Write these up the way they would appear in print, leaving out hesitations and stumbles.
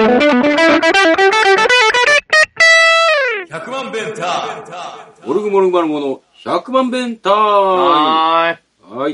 100万弁タイム。 モルグモルグマルモの100万弁タイム。はい。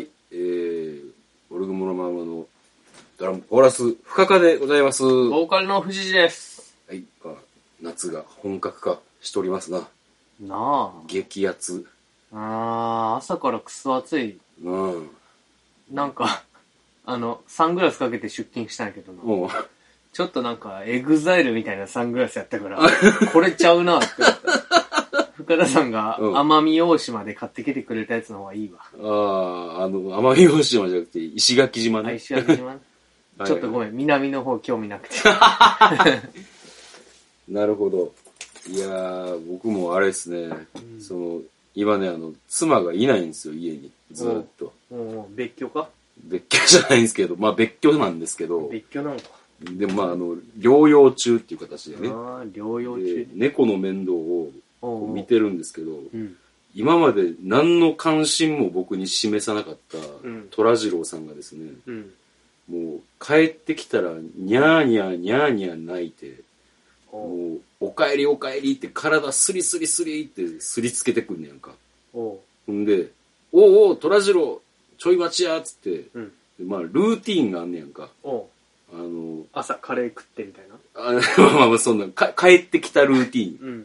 モルグモルグマルモのドラムコーラス、深川でございます。 ボーカルの藤次です。 はい。夏が本格化しておりますな。 なあ。 激アツ。 朝からクソ暑い。 うん。 なんか、サングラスかけて出勤したんやけどな。ちょっとなんか、エグザイルみたいなサングラスやったから、これちゃうなって思った。深田さんが奄美大島で買ってきてくれたやつの方がいいわ。 奄美大島じゃなくて、石垣島ね。 石垣島ね。ちょっとごめん、南の方興味なくて。 なるほど。いやー、僕もあれですね、今ね、妻がいないんですよ、家に。ずーっと。 別居か？ 別居じゃないんですけど、まあ別居なんですけど。 別居なのか。 でもまあ療養中っていう形でね。 療養中。 猫の面倒を見てるんですけど、今まで何の関心も僕に示さなかった虎次郎さんがですね、もう帰ってきたらニャーニャーニャーニャー泣いて、もうおかえりおかえりって体スリスリスリってすりつけてくんねやんか。ほんで、おう虎次郎ちょい待ちやっつって、まあルーティーンがあんねやんか。 朝カレー食ってみたいな。 まあそんな帰ってきたルーティーン。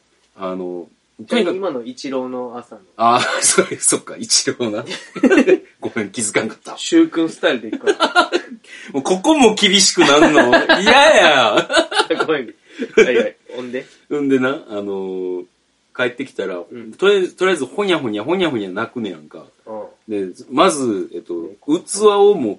今の一郎の朝の。 そっか、一郎な。ごめん、気づかんかった。 シュウ君スタイルでいくから。 もうここも厳しくなんの嫌や。 ごめん。はい。 んでな、帰ってきたら、とりあえずほにゃほにゃ泣くねやんか。で、まず、器を持って、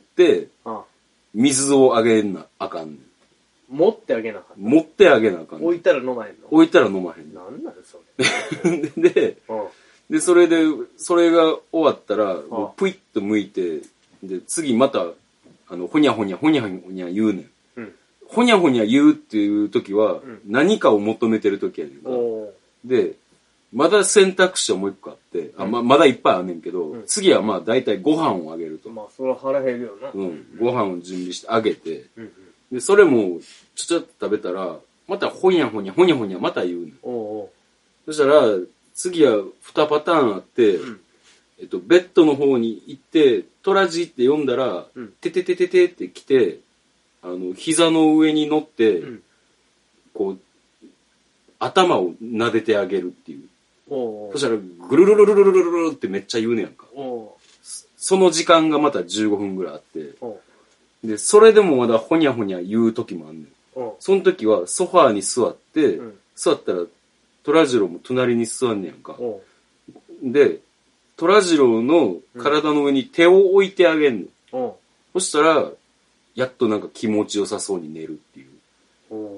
水をあげなあかんねん。 持ってあげなあかん。 持ってあげなあかん。 置いたら飲まへんの？ 置いたら飲まへん。 なんなのそれ。で、それが終わったら、ぷいっと向いて、で、次また、ほにゃほにゃ言うねん。ほにゃほにゃ言うっていう時は、何かを求めてる時やねんか。で、まだ選択肢はもう一個あって、まだいっぱいあんねんけど、次はまあ大体ご飯をあげると。 まあ、それは腹減るよな。 ご飯を準備してあげて、で、それもちょっと食べたら、またほにゃほにゃまた言うねん。そしたら、次は2パターンあって、ベッドの方に行って、トラジって読んだら、てててててって来て、膝の上に乗って、こう、頭を撫でてあげるっていう。そしたら、ぐるるるるるるるるってめっちゃ言うねやんか。その時間がまた15分ぐらいあって、で、それでもまだほにゃほにゃ言う時もあんねん。その時はソファーに座って、座ったら、虎次郎も隣に座んねやんか。で、虎次郎の体の上に手を置いてあげんの。そしたら、やっとなんか気持ちよさそうに寝るっていう。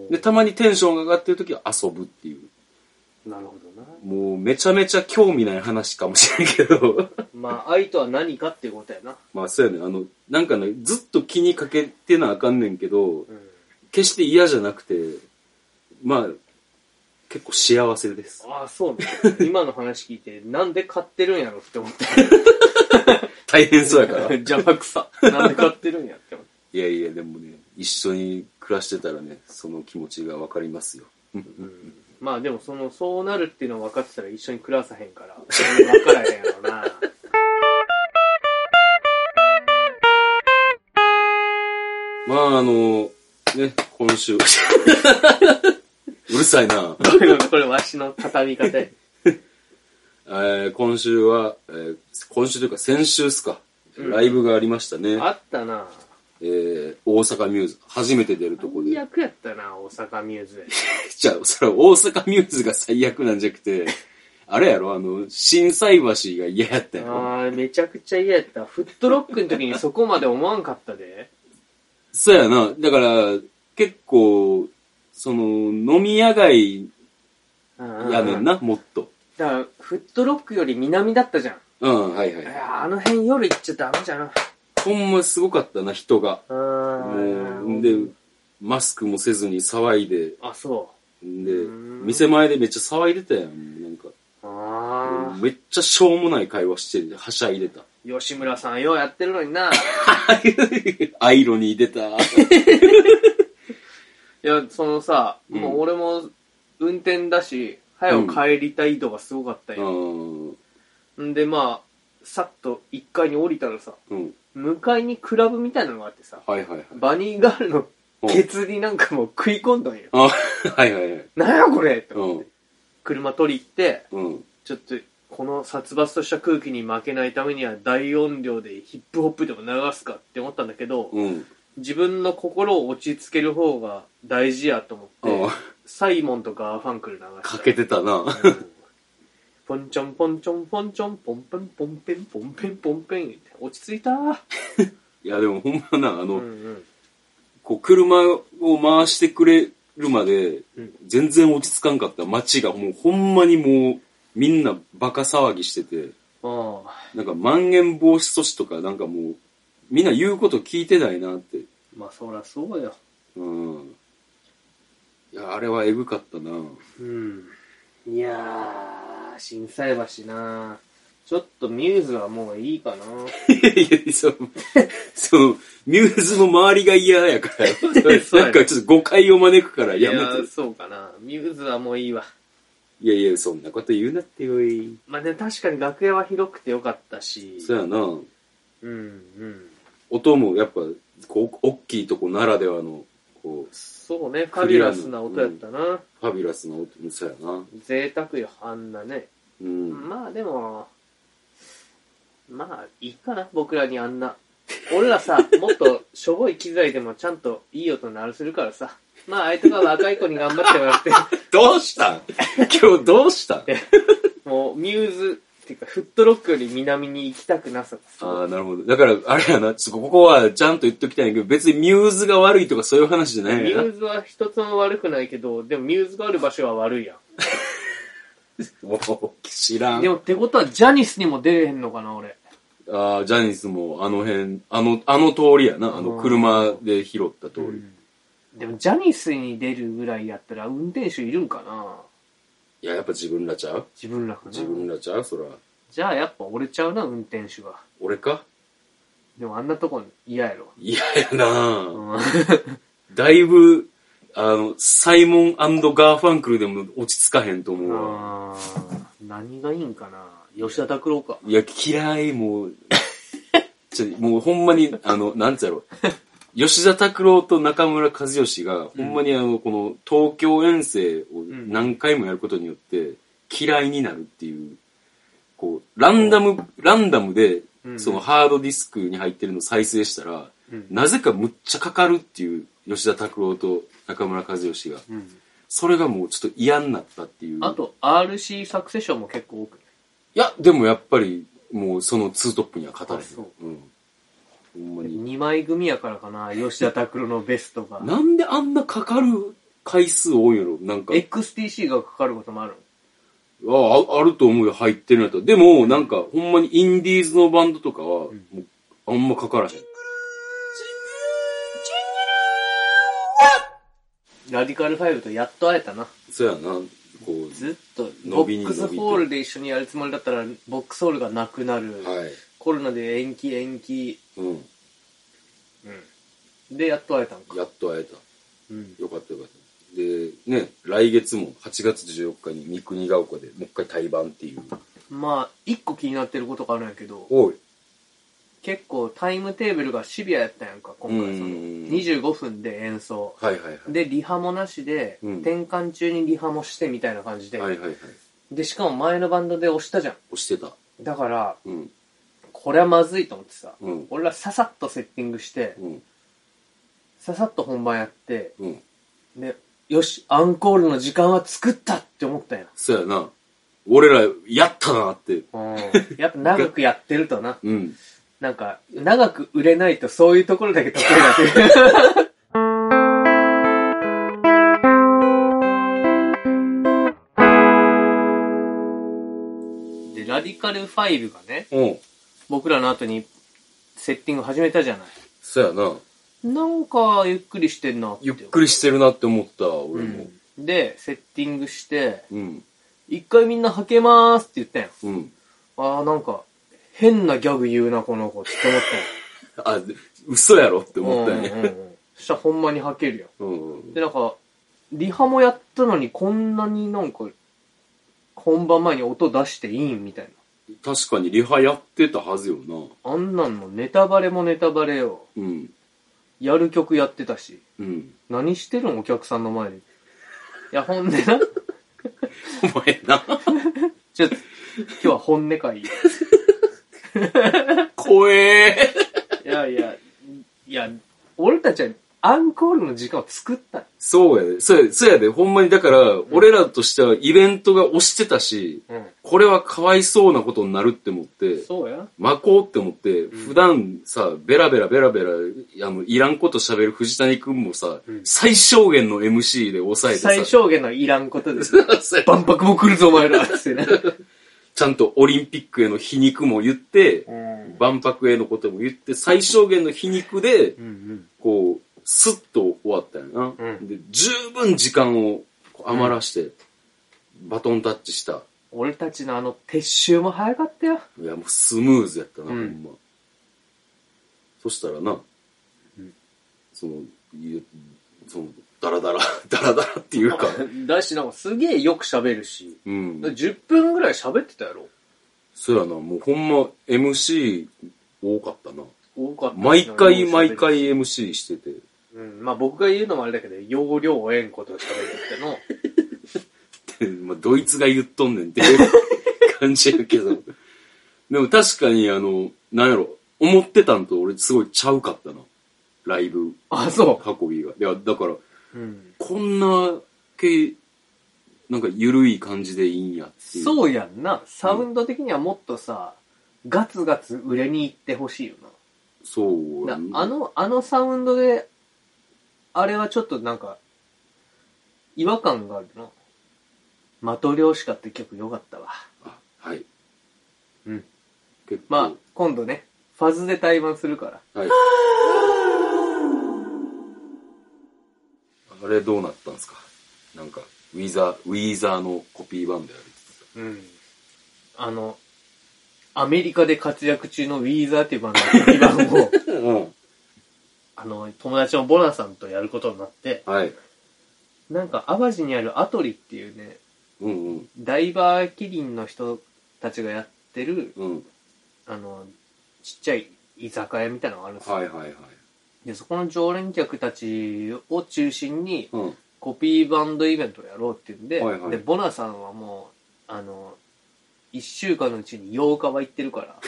で、たまにテンションが上がってる時は遊ぶっていう。 なるほどな。 もうめちゃめちゃ興味ない話かもしれんけど。 まあ、愛とは何かっていうことやな。 まあ、そうやね。なんかね、ずっと気にかけてなあかんねんけど、決して嫌じゃなくて、まあ、結構幸せです。 そうね。今の話聞いて、なんで買ってるんやろって思って。 大変そうやから。 邪魔くさ。なんで買ってるんやって思って。 いや、でもね、一緒に暮らしてたらね、その気持ちがわかりますよ。 まあでもそうなるっていうの分かってたら一緒に暮らさへんから、分からへんやろな。 まあね、今週。うるさいな。 これわしの畳み方や。 今週は、今週というか先週っすか。ライブがありましたね。 あったな。 大阪ミューズ。初めて出るとこで。 最悪やったな、大阪ミューズで。 じゃあ、それは大阪ミューズが最悪なんじゃなくて、あれやろ、心斎橋が嫌やったやろ。 めちゃくちゃ嫌やった。フットロックの時にそこまで思わんかったで。 そうやな。だから、結構、飲み屋街やねんな、もっと。 だから、フットロックより南だったじゃん。 はい。 あの辺夜行っちゃダメじゃん。 ほんますごかったな、人が。もう、で、マスクもせずに騒いで。 そう。 で、店前でめっちゃ騒いでたやん、なんか。めっちゃしょうもない会話して、はしゃいでた。 吉村さんようやってるのにな。 アイロニー出た。 いや、 そのさ、もう俺も運転だし、早く帰りたい度がすごかったよ。んで、まあ、さっと1階に降りたらさ、向かいにクラブみたいなのがあってさ、バニーガールのケツになんかもう食い込んだんよ。なんやこれって思って。車取り行って、ちょっと、この殺伐とした空気に負けないためには大音量でヒップホップでも流すかって思ったんだけど、自分の心を落ち着ける方が大事やと思って、サイモンとガーファンクル流した。 かけてたな。 ポンチョンポンチョンポンチョンポンペンポンペンポンペンポンペンって落ち着いた。 いやでもほんまな、こう車を回してくれるまで全然落ち着かんかった街がもうほんまにもうみんなバカ騒ぎしてて、なんかまん延防止措置とかなんかもうみんな言うこと聞いてないなって。 まあそりゃそうよ。 いやあれはエグかったな。 いやー、心斎橋な。ちょっとミューズはもういいかな。 いや、その、ミューズの周りが嫌やから。なんかちょっと誤解を招くからやめて。 いや、そうかな。ミューズはもういいわ。 いやいや、そんなこと言うなってよい。 まあね、確かに楽屋は広くてよかったし。 そうやな。音もやっぱ、こう、大きいとこならではの、こう。 そうね、ファビュラスな音やったな。ファビュラスな音、そうやな。 贅沢よ、あんなね。まあでも、まあいいかな、僕らにあんな。俺らさ、もっとしょぼい機材でもちゃんといい音鳴らせるからさ。まああいつが若い子に頑張ってもらって。 どうしたん今日どうしたんもうミューズ、っていうかフットロックより南に行きたくなさ。 ああ、なるほど。だから、あれやな、ここはちゃんと言っときたいんだけど、別にミューズが悪いとかそういう話じゃないミューズは一つも悪くないけど、でもミューズがある場所は悪いやん。 もう、知らん。 でもってことはジャニスにも出れへんのかな、俺。 ああ、ジャニスもあの辺、あの通りやな。車で拾った通り。 でもジャニスに出るぐらいやったら運転手いるんかな。 いや、やっぱ自分らちゃう？ 自分らかな。 自分らちゃうそら。 じゃあやっぱ俺ちゃうな、運転手が。 俺か？ でもあんなとこ嫌やろ。 嫌やなだいぶ、サイモン&ガーファンクルでも落ち着かへんと思うわ。 何がいいんかな。吉田拓郎か。 いや、嫌い、もう。もうほんまに、なんつやろ。吉田拓郎と中村和義が、ほんまにこの東京遠征を何回もやることによって、嫌いになるっていう、こう、ランダムで、そのハードディスクに入ってるのを再生したら、なぜかむっちゃかかるっていう、吉田拓郎と中村和義が。それがもうちょっと嫌になったっていう。 あと、RC サクセションも結構多くない？ いや、でもやっぱり、もうそのツートップには語れる。 ほんまに2枚組やからかな、吉田拓郎のベストが。 なんであんなかかる回数多いんやろなんか。 XTC がかかることもあるあると思うよ、入ってるんやったら。でも、なんか、ほんまにインディーズのバンドとかは、もうあんまかからへん。 ラディカル5とやっと会えたな。 そうやな。こうずっと、ボックスホールで一緒にやるつもりだったら、ボックスホールがなくなる。コロナで延期。で、やっと会えたんか。 やっと会えた。よかったよかった。で、ね、来月も8月14日に三国ヶ丘でもう一回対バンっていう。 まあ、一個気になってることがあるんやけど、結構タイムテーブルがシビアやったやんか、今回その。25分で演奏。で、リハもなしで、転換中にリハもしてみたいな感じで。で、しかも前のバンドで押したじゃん。 押してた。 だから、これはまずいと思ってさ、俺らささっとセッティングして、ささっと本番やって、で、よし、アンコールの時間は作ったって思ったやん。 そうやな。俺ら、やったなって。 やっぱ長くやってるとな。なんか、長く売れないとそういうところだけ得意だっていう。で、ラディカル5がね、僕らの後にセッティング始めたじゃない。 そうやな。 なんか、ゆっくりしてんなって。 ゆっくりしてるなって思った、俺も。 で、セッティングして、一回みんなはけまーすって言ったやん。あーなんか、変なギャグ言うな、この子って思ったやん。 嘘やろって思ったよね。 そしたらほんまにはけるやん。で、なんか、 リハもやったのにこんなになんか、本番前に音出していいんみたいな。確かにリハやってたはずよな。 あんなんもネタバレもネタバレよ。 うん。 やる曲やってたし。 うん。 何してるんお客さんの前で。いや、ほんでな。 お前な。 ちょっと、今日は本音会。 怖えいや、俺たちはアンコールの時間を作った。 そうやで。そうやで。ほんまに、だから、俺らとしてはイベントが押してたし、これはかわいそうなことになるって思って、 そうや。 巻こうって思って、普段さ、ベラベラ、いらんこと喋る藤谷くんもさ、最小限の MC で抑えてさ。 最小限のいらんことです。万博も来るぞお前らってね。 ちゃんとオリンピックへの皮肉も言って、万博へのことも言って、最小限の皮肉で、こう、スッと終わったよな。で、十分時間を余らして、バトンタッチした。 俺たちの撤収も早かったよ。 いや、もうスムーズやったな、ほんま。そしたらな、その、ダラダラっていうか。 だし、なんかすげえよく喋るし、10分ぐらい喋ってたやろ。 そうやな、もうほんま MC 多かったな。 多かった。 毎回 MC してて。 まあ僕が言うのもあれだけど、要領えんことを喋るっての。 まあドイツが言っとんねんっていう感じやけど。でも確かになんやろ、思ってたんと俺すごいちゃうかったな。ライブ。 あ、そう。 運びが。いや、だから、こんななんか緩い感じでいいんやっていう。 そうやんな。サウンド的にはもっとさ、ガツガツ売れに行ってほしいよな。 そうやんな。 あのサウンドで、あれはちょっとなんか、違和感があるな。マトリョーシカって曲よかったわ。 あ、はい。 まあ、今度ね、ファズで対バンするから。はい。 あれどうなったんすか？なんか、ウィザーのコピーバンドやる。 アメリカで活躍中のウィーザーっていうバンドのコピーバンを、友達のボナさんとやることになって、はい。なんか、淡路にあるアトリっていうね、ダイバーキリンの人たちがやってる、ちっちゃい居酒屋みたいなのがあるんですよ。はいはいはい。で、そこの常連客たちを中心に、コピーバンドイベントをやろうっていうんで、で、ボナさんはもう、1週間のうちに8日は行ってるから。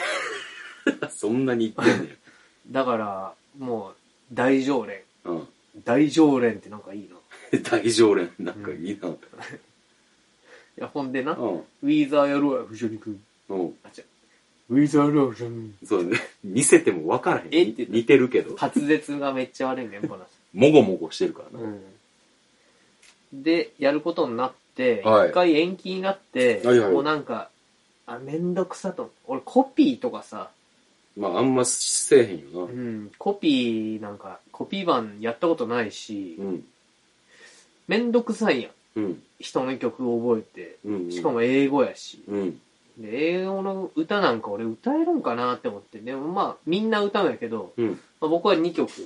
そんなに行ってんねや。だから、もう、大常連。大常連ってなんかいいな。 大常連、なんかいいな。 いや、ほんでな、ウィーザーやろうや、藤谷君。あ、違う。ウィザーローション。 そうね。見せても分からへん。似てるけど。 滑舌がめっちゃ悪いねん、ボナス。 もごもごしてるからな。 で、やることになって、一回延期になって、もうなんか、めんどくさと。俺コピーとかさ。 まあ、あんませえへんよな。 コピーなんか、コピー版やったことないし、めんどくさいやん。人の曲を覚えて、しかも英語やし。で、英語の歌なんか俺歌えるんかなって思って。でもまあ、みんな歌うんやけど、僕は2曲、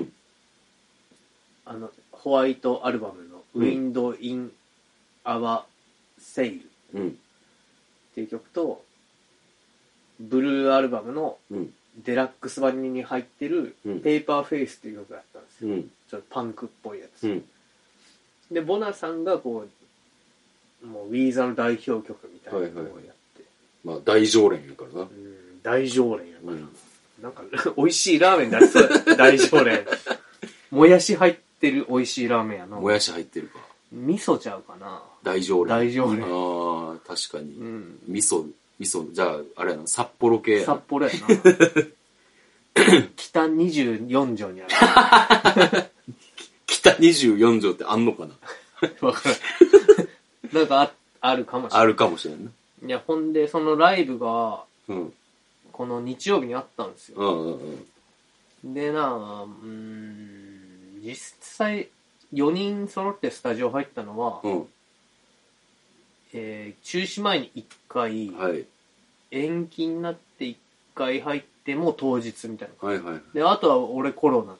ホワイトアルバムの Wind in Our Sail っていう曲と、ブルーアルバムのデラックス版に入ってるペーパーフェイスっていう曲があったんですよ。ちょっとパンクっぽいやつ。で、ボナさんがこう、もうウィーザーの代表曲みたいなのをやって。 まあ、大常連やからな。 大常連やから。なんか、美味しいラーメン出しそうや。大常連。もやし入ってる美味しいラーメンやな。 もやし入ってるか。 味噌ちゃうかな。 大常連。 大常連。 ああ、確かに。味噌、じゃあ、あれやな、札幌系やな。 札幌やな。北24条にある。 北24条ってあんのかな。 わからん。なんかあるかもしれない。 あるかもしれんな。 いや、ほんで、そのライブが、この日曜日にあったんですよ。でな、実際、4人揃ってスタジオ入ったのは、中止前に1回、延期になって1回入っても当日みたいな。で、あとは俺コロナとか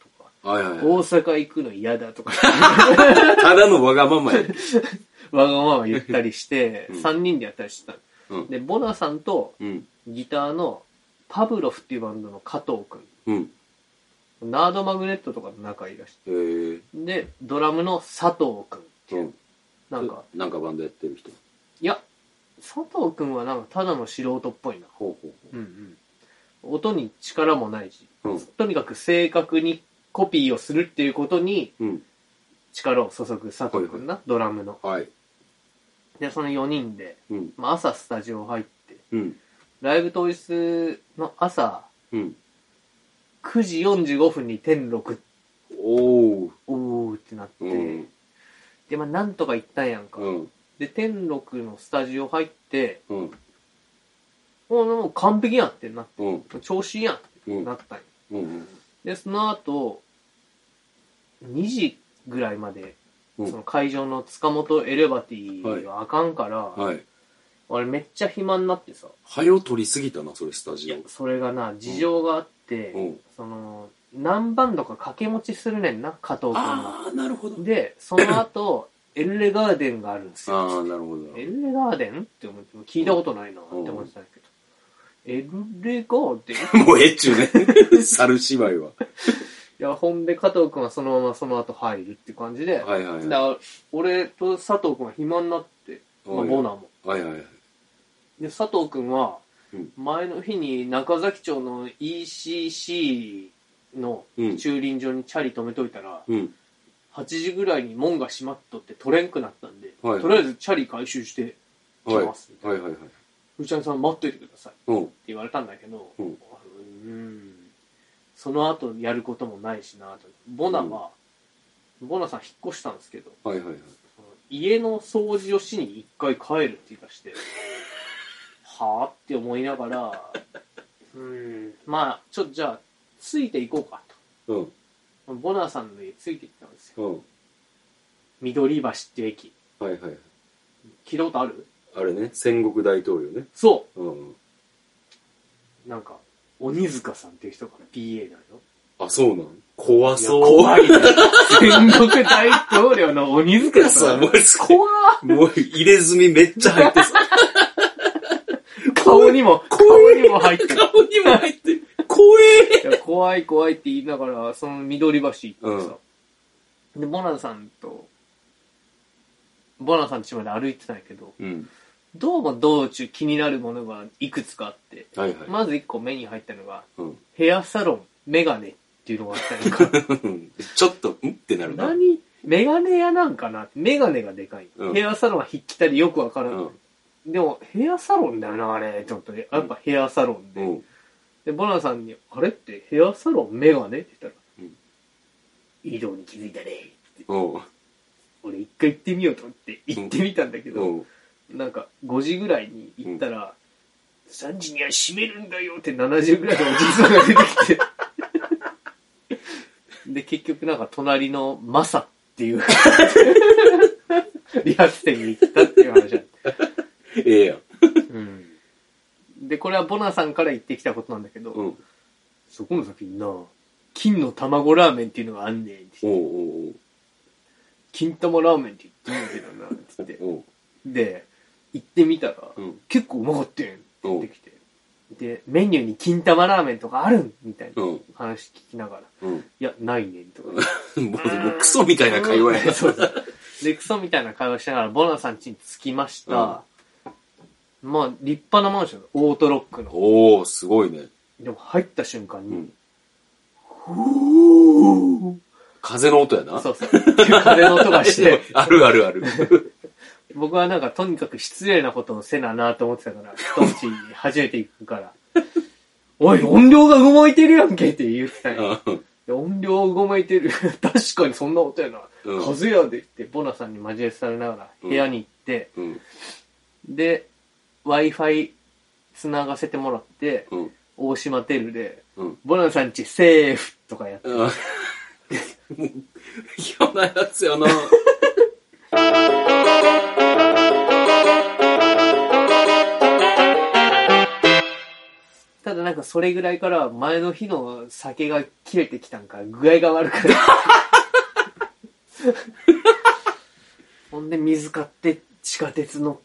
はいはいはい、 大阪行くの嫌だとかただのわがままやわがまま言ったりして、3人でやったりしてた、 うん、 でボナさんとギターのパブロフっていうバンドの加藤くん、 うん、ナードマグネットとかと仲いいらしい。でドラムの佐藤くんっていう、なんかバンドやってる人。 いや佐藤くんはなんかただの素人っぽいな。 ほうほうほう、 うんうん、音に力もないし、 うん、 とにかく正確にコピーをするっていうことに力を注ぐ佐藤くんな、ドラムの。 はい。 でその4人で、 うん、 まあ、朝スタジオ入って、 うん、 ライブ当日の朝、 うん、 9時45分に天禄おーってなって、うん、でまあなんとか行ったんやんか、うん、で天禄のスタジオ入って、うん、もう完璧やんってなって、うん、調子いいやんってなったんや、うんうん、でその後2時ぐらいまで、うん、その会場の塚本エレバティがあかんから、はい、俺めっちゃ暇になってさ、 早を取りすぎたなそれスタジオ。 いやそれがな事情があって、うん、その何バンドか掛け持ちするねんな加藤君が。 ああなるほど。 でその後エルレガーデンがあるんですよ。 ああなるほど。 エルレガーデンって思って聞いたことないなって思ってたんだけど、エルレガーデンもうえっちゅうね猿芝居は。 いやほんで加藤君はそのままその後入るって感じで、はいはいはい、だから俺と佐藤君は暇になって、まあ、ボナも、はいはいはい、で佐藤君は前の日に中崎町の ECC の駐輪場にチャリ止めといたら、うん、8時ぐらいに門が閉まっとって取れんくなったんで、はいはい、とりあえずチャリ回収してきますみたいな、はいはいはいはい、ふーちゃんさん待っといてくださいって言われたんだけど、その後やることもないしなと。ボナさん引っ越したんですけど、はいはいはい、家の掃除をしに一回帰るって言い出してはぁって思いながらまあちょっとじゃあついていこうかと、うん、ボナさんの家ついていったんですよ、うん、緑橋っていう駅、はいはい、聞いたことある？ あれね、戦国大統領ね。 そう、うん、なんか鬼塚さんっていう人が PA なの。 あ、そうなの？怖そう。 怖いね。戦国大統領の鬼塚さん。 もう怖もう入れ墨めっちゃ入ってさ。 顔にも入ってる。 顔にも入ってる。怖え。 いや怖い怖いって言いながら、その緑橋行ってさ。うん、で、ボナさん家まで歩いてたんやけど、うん、どうも道中気になるものがいくつかあって、はいはい、まず1個目に入ったのが、うん、ヘアサロンメガネっていうのがあったりとかちょっとってなるな。 何メガネ屋なんかな、メガネがでかい、うん、ヘアサロンは筆記たりよくわからない、うん、でもヘアサロンだよなあれちょっとやっぱヘアサロンで、うん、でボナさんにあれってヘアサロンメガネって言ったら、うん、移動に気づいたねって、俺一回行ってみようと思って行ってみたんだけど、なんか5時ぐらいに行ったら、3時には閉めるんだよって70ぐらいのおじいさんが出てきてで結局なんか隣のマサっていう理髪店に行ったっていう話だった。 ええやん、 うん、でこれはボナさんから言ってきたことなんだけど、うん、そこの先にな金の卵ラーメンっていうのがあんねんって、おう金玉ラーメンって言ってるけどなって言ってで行ってみたら、うん、結構うまかったんって言ってきて、でメニューに金玉ラーメンとかあるんみたいな話聞きながら、いやないねんとかもうクソみたいな会話やそうでクソみたいな会話しながらボナさん家に着きました、まあ立派なマンションオートロックの。 おーすごいね。 でも入った瞬間に、 風の音やな。 そう風の音がしてあるあるある僕はなんかとにかく失礼なことをせななと思ってたから人んちに初めて行くからおい音量が動いてるやんけって言ってたんや音量動いてる確かにそんな音やな、風やでってボナさんに交えされながら部屋に行って、で Wi-Fi つながせてもらって、大島テルで、ボナさんちセーフとかやって嫌なやつやなただなんかそれぐらいから前の日の酒が切れてきたんか、具合が悪くなって。ほんで水買って地下鉄乗って、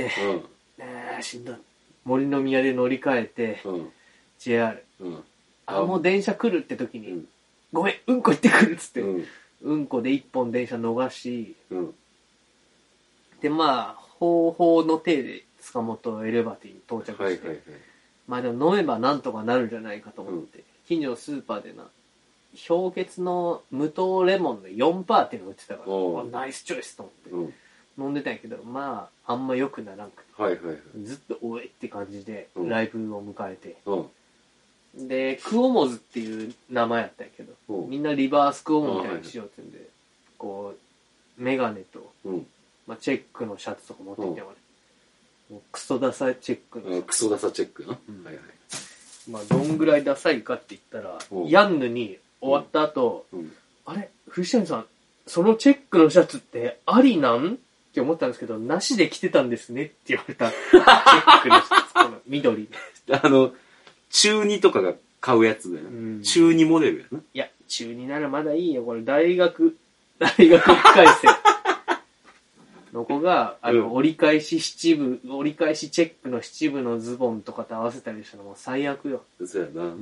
しんどい。森の宮で乗り換えて、JR。もう電車来るって時に、ごめん、うんこ行ってくるっつって、うんこで一本電車逃し、で、まあ、方法の体で塚本エレバティに到着して、まあでも飲めばなんとかなるんじゃないかと思って、近所のスーパーでな、氷結の無糖レモンの 4% っていうのを売ってたから、ナイスチョイスと思って、飲んでたんやけど、まあ、あんま良くならんくて、ずっとおえって感じでライブを迎えて、で、クオモズっていう名前やったんやけど、みんなリバースクオモみたいにしようって言うんで、こう、メガネと、まあ、チェックのシャツとか持ってきてもらって、もうクソダサチェックの。 クソダサチェックな。 まあ、どんぐらいダサいかって言ったら、ヤンヌに終わった後、あれ藤谷さん、そのチェックのシャツってありなんって思ったんですけど、なしで着てたんですねって言われた。チェックのシャツ、この緑。 中2とかが買うやつだよな。中2モデルやな。 いや、中2ならまだいいよ。これ大学1回生の子が、折り返しチェックの七分のズボンとかと合わせたりしたらもう最悪よ。 そうやな。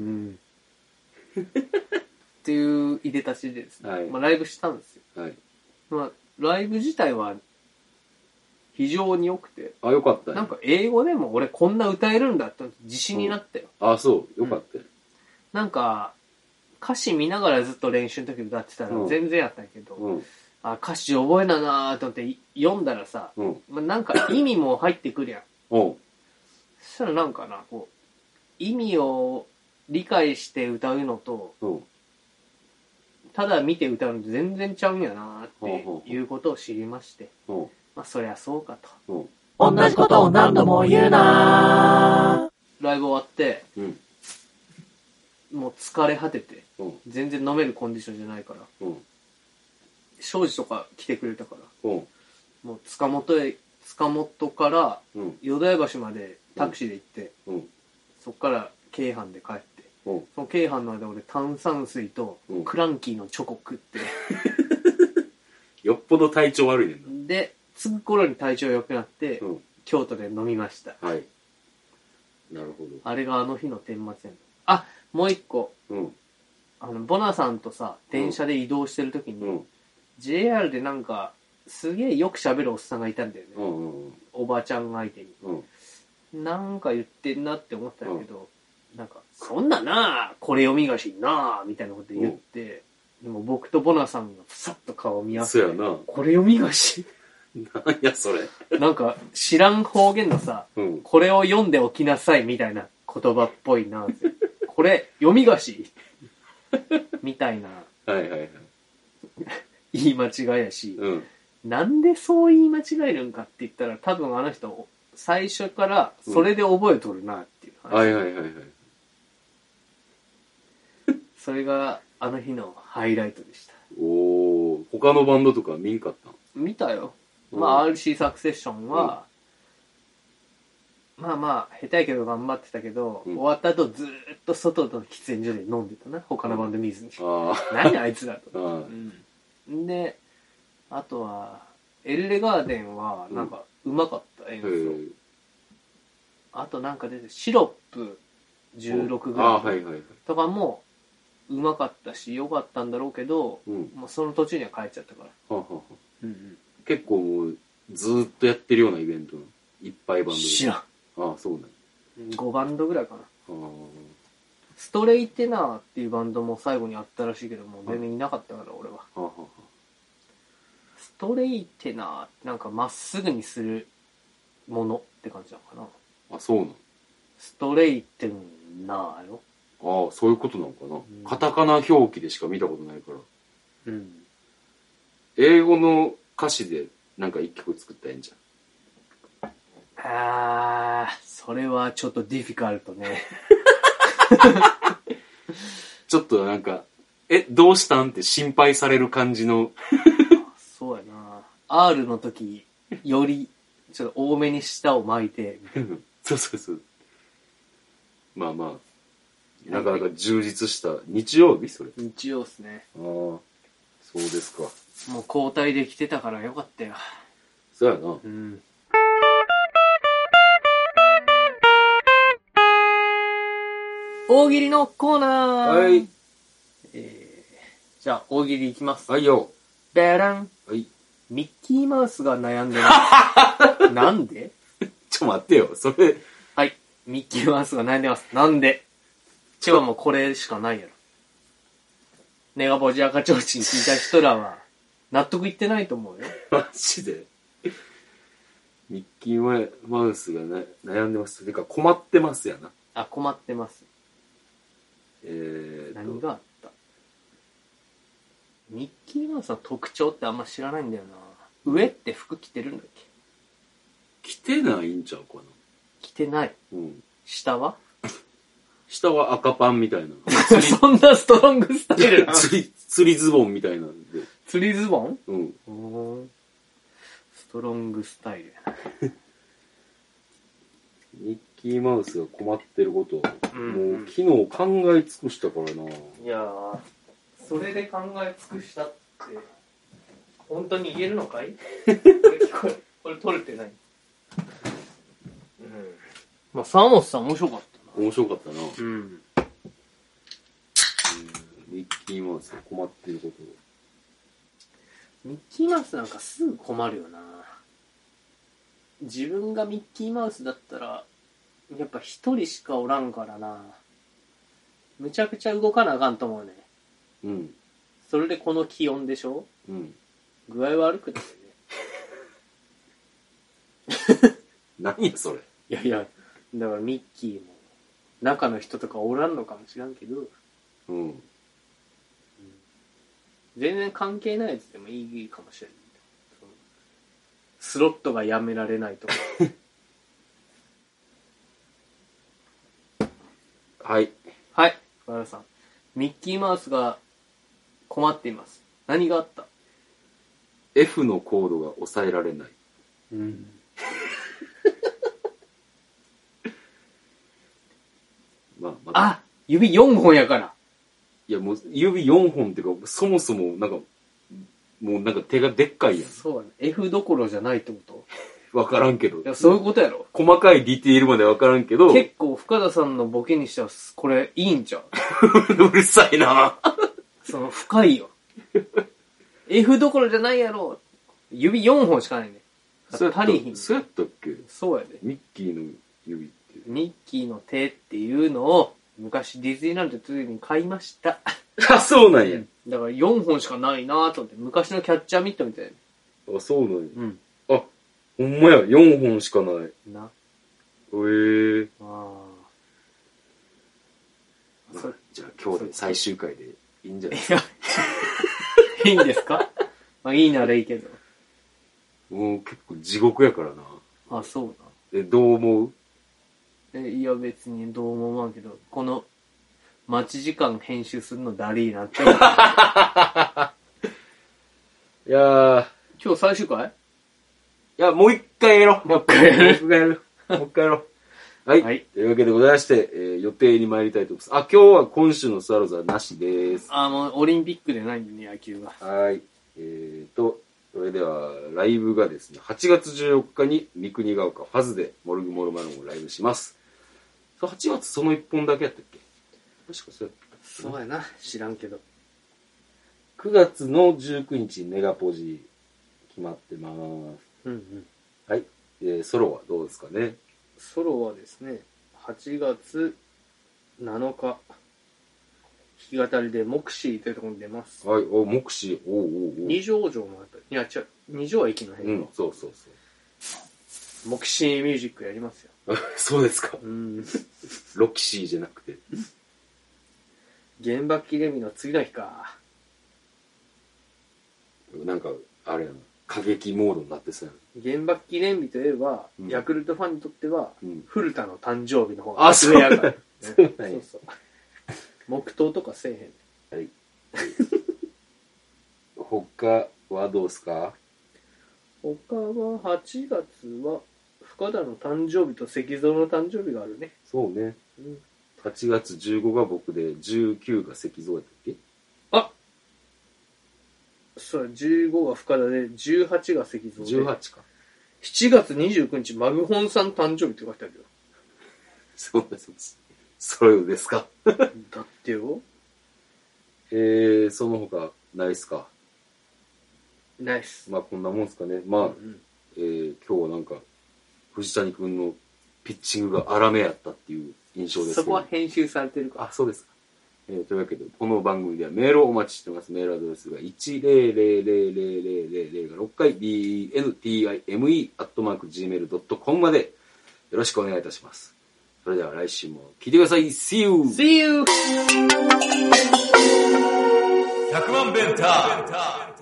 っていういでたちでですね。まあライブしたんですよ。まあ、ライブ自体は非常に良くて。 よかったね。 なんか英語でも俺こんな歌えるんだって自信になったよ。 そう。よかったよ。 なんか、歌詞見ながらずっと練習の時歌ってたら全然やったんやけど、歌詞覚えななーと思って読んだらさ、まあ、なんか意味も入ってくるやん。そしたらなんかな、こう、意味を理解して歌うのと、ただ見て歌うのと全然ちゃうんやなーっていうことを知りまして、まあそりゃそうかと。 同じことを何度も言うなー。ライブ終わって、もう疲れ果てて、全然飲めるコンディションじゃないから、庄司とか来てくれたから、もう塚本から淀屋橋までタクシーで行って、そっから京阪で帰って、その京阪の間俺炭酸水とクランキーのチョコ食って、 よっぽど体調悪いねんで、継ぐ頃に体調良くなって、京都で飲みました。 なるほど。 あれがあの日の天末やん。もう一個。ボナさんとさ、電車で移動してる時に、JR でなんか、すげえよく喋るおっさんがいたんだよね。おばちゃん相手に。なんか言ってんなって思ったんだけど、なんか、そんななあ、これ読みがしいなあ、みたいなこと言って、でも僕とボナさんがふさっと顔を見合わせて、これ読みがしなんやそれ。 なんか、知らん方言のさ、これを読んでおきなさいみたいな言葉っぽいな。これ、読みがしみたいな。言い間違いやし、なんでそう言い間違えるんかって言ったら、多分あの人、最初からそれで覚えとるなっていう話。それがあの日のハイライトでした。 他のバンドとか見んかったん？ 見たよ。まあ RC サクセッションは、まあまあ下手やけど頑張ってたけど、終わった後ずーっと外の喫煙所で飲んでたな。他のバンド見ずに。何あいつらと。で、あとはエルレガーデンはなんかうまかった演奏。あとなんか出てシロップ 16g とかもうまかったし良かったんだろうけど、もうその途中には帰っちゃったから。 結構もうずーっとやってるようなイベントのいっぱいバンドで。 知らん。 そうなん。 5バンドぐらいかな。ストレイテナーっていうバンドも最後にあったらしいけども全然いなかったから俺は。ストレイテナーってなんかまっすぐにするものって感じなのかな。 そうなの。 ストレイテナーよ。 そういうことなのかな。カタカナ表記でしか見たことないから。英語の歌詞でなんか一曲作ったらいいんじゃん。それはちょっとディフィカルトね。 ちょっとなんか、どうしたんって心配される感じの。 そうやな。R の時、より、ちょっと多めに舌を巻いて。 そう。まあまあ。 なかなか充実した日曜日それ。 日曜っすね。 ああ、そうですか。 もう交代できてたからよかったよ。 そうやな。 うん。大喜利のコーナー。 はい。 じゃあ大喜利いきます。 はいよ。 ベラン。 はい。 ミッキーマウスが悩んでます。なんで？ ちょ待ってよ。それ。 はい。ミッキーマウスが悩んでます。なんで？ちはもうこれしかないやろ。ネガポジ赤ちょうちん聞いた人らは納得いってないと思うよ。 マジで。ミッキーマウスが悩んでます。てか困ってますやな。 あ、困ってます。 何があった？ミッキーマウスの特徴ってあんま知らないんだよな。上って服着てるんだっけ？ 着てないんちゃうかな。 着てない。 うん。 下は？ 下は赤パンみたいな。 そんなストロングスタイルな。 釣りズボンみたいなんで。 釣りズボン？ うん。 ストロングスタイルやな。 ミッキーマウスが困ってることを、もう昨日考え尽くしたからな。 いやー、それで考え尽くしたって、本当に言えるのかい？これ取れてない。まあ、沢本さん面白かったな。 面白かったな。 うんミッキーマウスが困ってること。 ミッキーマウスなんかすぐ困るよな。自分がミッキーマウスだったら、やっぱ一人しかおらんからな。むちゃくちゃ動かなあかんと思うね。 うん。 それでこの気温でしょ？ うん。 具合悪くなるね。何やそれ。 いやいや、だからミッキーも中の人とかおらんのかもしらんけど、 うん。 全然関係ないやつでもいいかもしれない。スロットがやめられないとか。 はい。 はい、深原さん。ミッキーマウスが困っています。何があった？ F のコードが抑えられない。 うん。あ、指4本やから。 いやもう指4本っていうか、そもそもなんか、もうなんか手がでっかいやん。 そうやね。F どころじゃないってこと？ わからんけど。 いや、そういうことやろ。 細かいディティールまでわからんけど。 結構深田さんのボケにしては、これいいんちゃううるさいな。 その深いよ。F どころじゃないやろ。指4本しかないね。 そうやったっけ？ そうやで。 ミッキーの指って。 ミッキーの手っていうのを、昔ディズニーランドでついに買いました。 あ、そうなんや。 だから4本しかないなと思って、昔のキャッチャーミットみたいな。 あ、そうなんや。 うん。 あ、ほんまや、4本しかない。 な。 ああ。 じゃあ今日で最終回でいいんじゃないですか。いいんですか？まあいいならいいけど。 もう結構地獄やからな。 あ、そうな。どう思う？ いや別にどうも思わんけど、この待ち時間編集するのだりーなって思う。 いやー。 今日最終回？ いや、もう一回やろう。 もう一回やる。 もう一回やろう。はい。はい、というわけでございまして、予定に参りたいと思います。あ、今日は今週のスワローズはなしです。 もうオリンピックでないんでね、野球は。 はい。それでは、ライブがですね、8月14日に三国ヶ丘ファズでモルグモルマロンをライブします。そう、8月その1本だけやったっけ？確かそうやった。 そうやな、知らんけど。 9月の19日にネガポジ決まってます。うんうん。はい。ソロはどうですかね？ ソロはですね、8月7日、弾き語りでモクシーというところに出ます。 はい、モクシー、 二条城もあった。いや、違う、二条駅の辺の。 うん、そうそうそう。 モクシーミュージックやりますよ。 そうですか。 うん。 ロキシーじゃなくて。 原爆記念日の次の日か。 なんか、あれやな。過激モードになってさ。 原爆記念日といえば、ヤクルトファンにとっては、古田の誕生日の方が上やから。そうなんや。 そう。黙祷とかせえへん。はい。他はどうすか？ 他は8月は深田の誕生日と石像の誕生日があるね。 そうね。 8月15が僕で、19が石像やったっけ？ あ、そう、15が深田で、18が石像で。 18か。 7月29日、マグホンさん誕生日って書いてあるよ。 そうです。それですか。 だってよ。 その他、ないっすか。 ナイス。 まあこんなもんすかね。まあ、今日はなんか、藤谷くんのピッチングが荒めやったっていう印象ですけど。 そこは編集されてるか。 あ、そうですか。というわけで、この番組ではメールをお待ちしてます。メールアドレスが1000000が6回、dntime@gmail.com までよろしくお願いいたします。それでは来週も聞いてください。See you! See you! 100万ベンター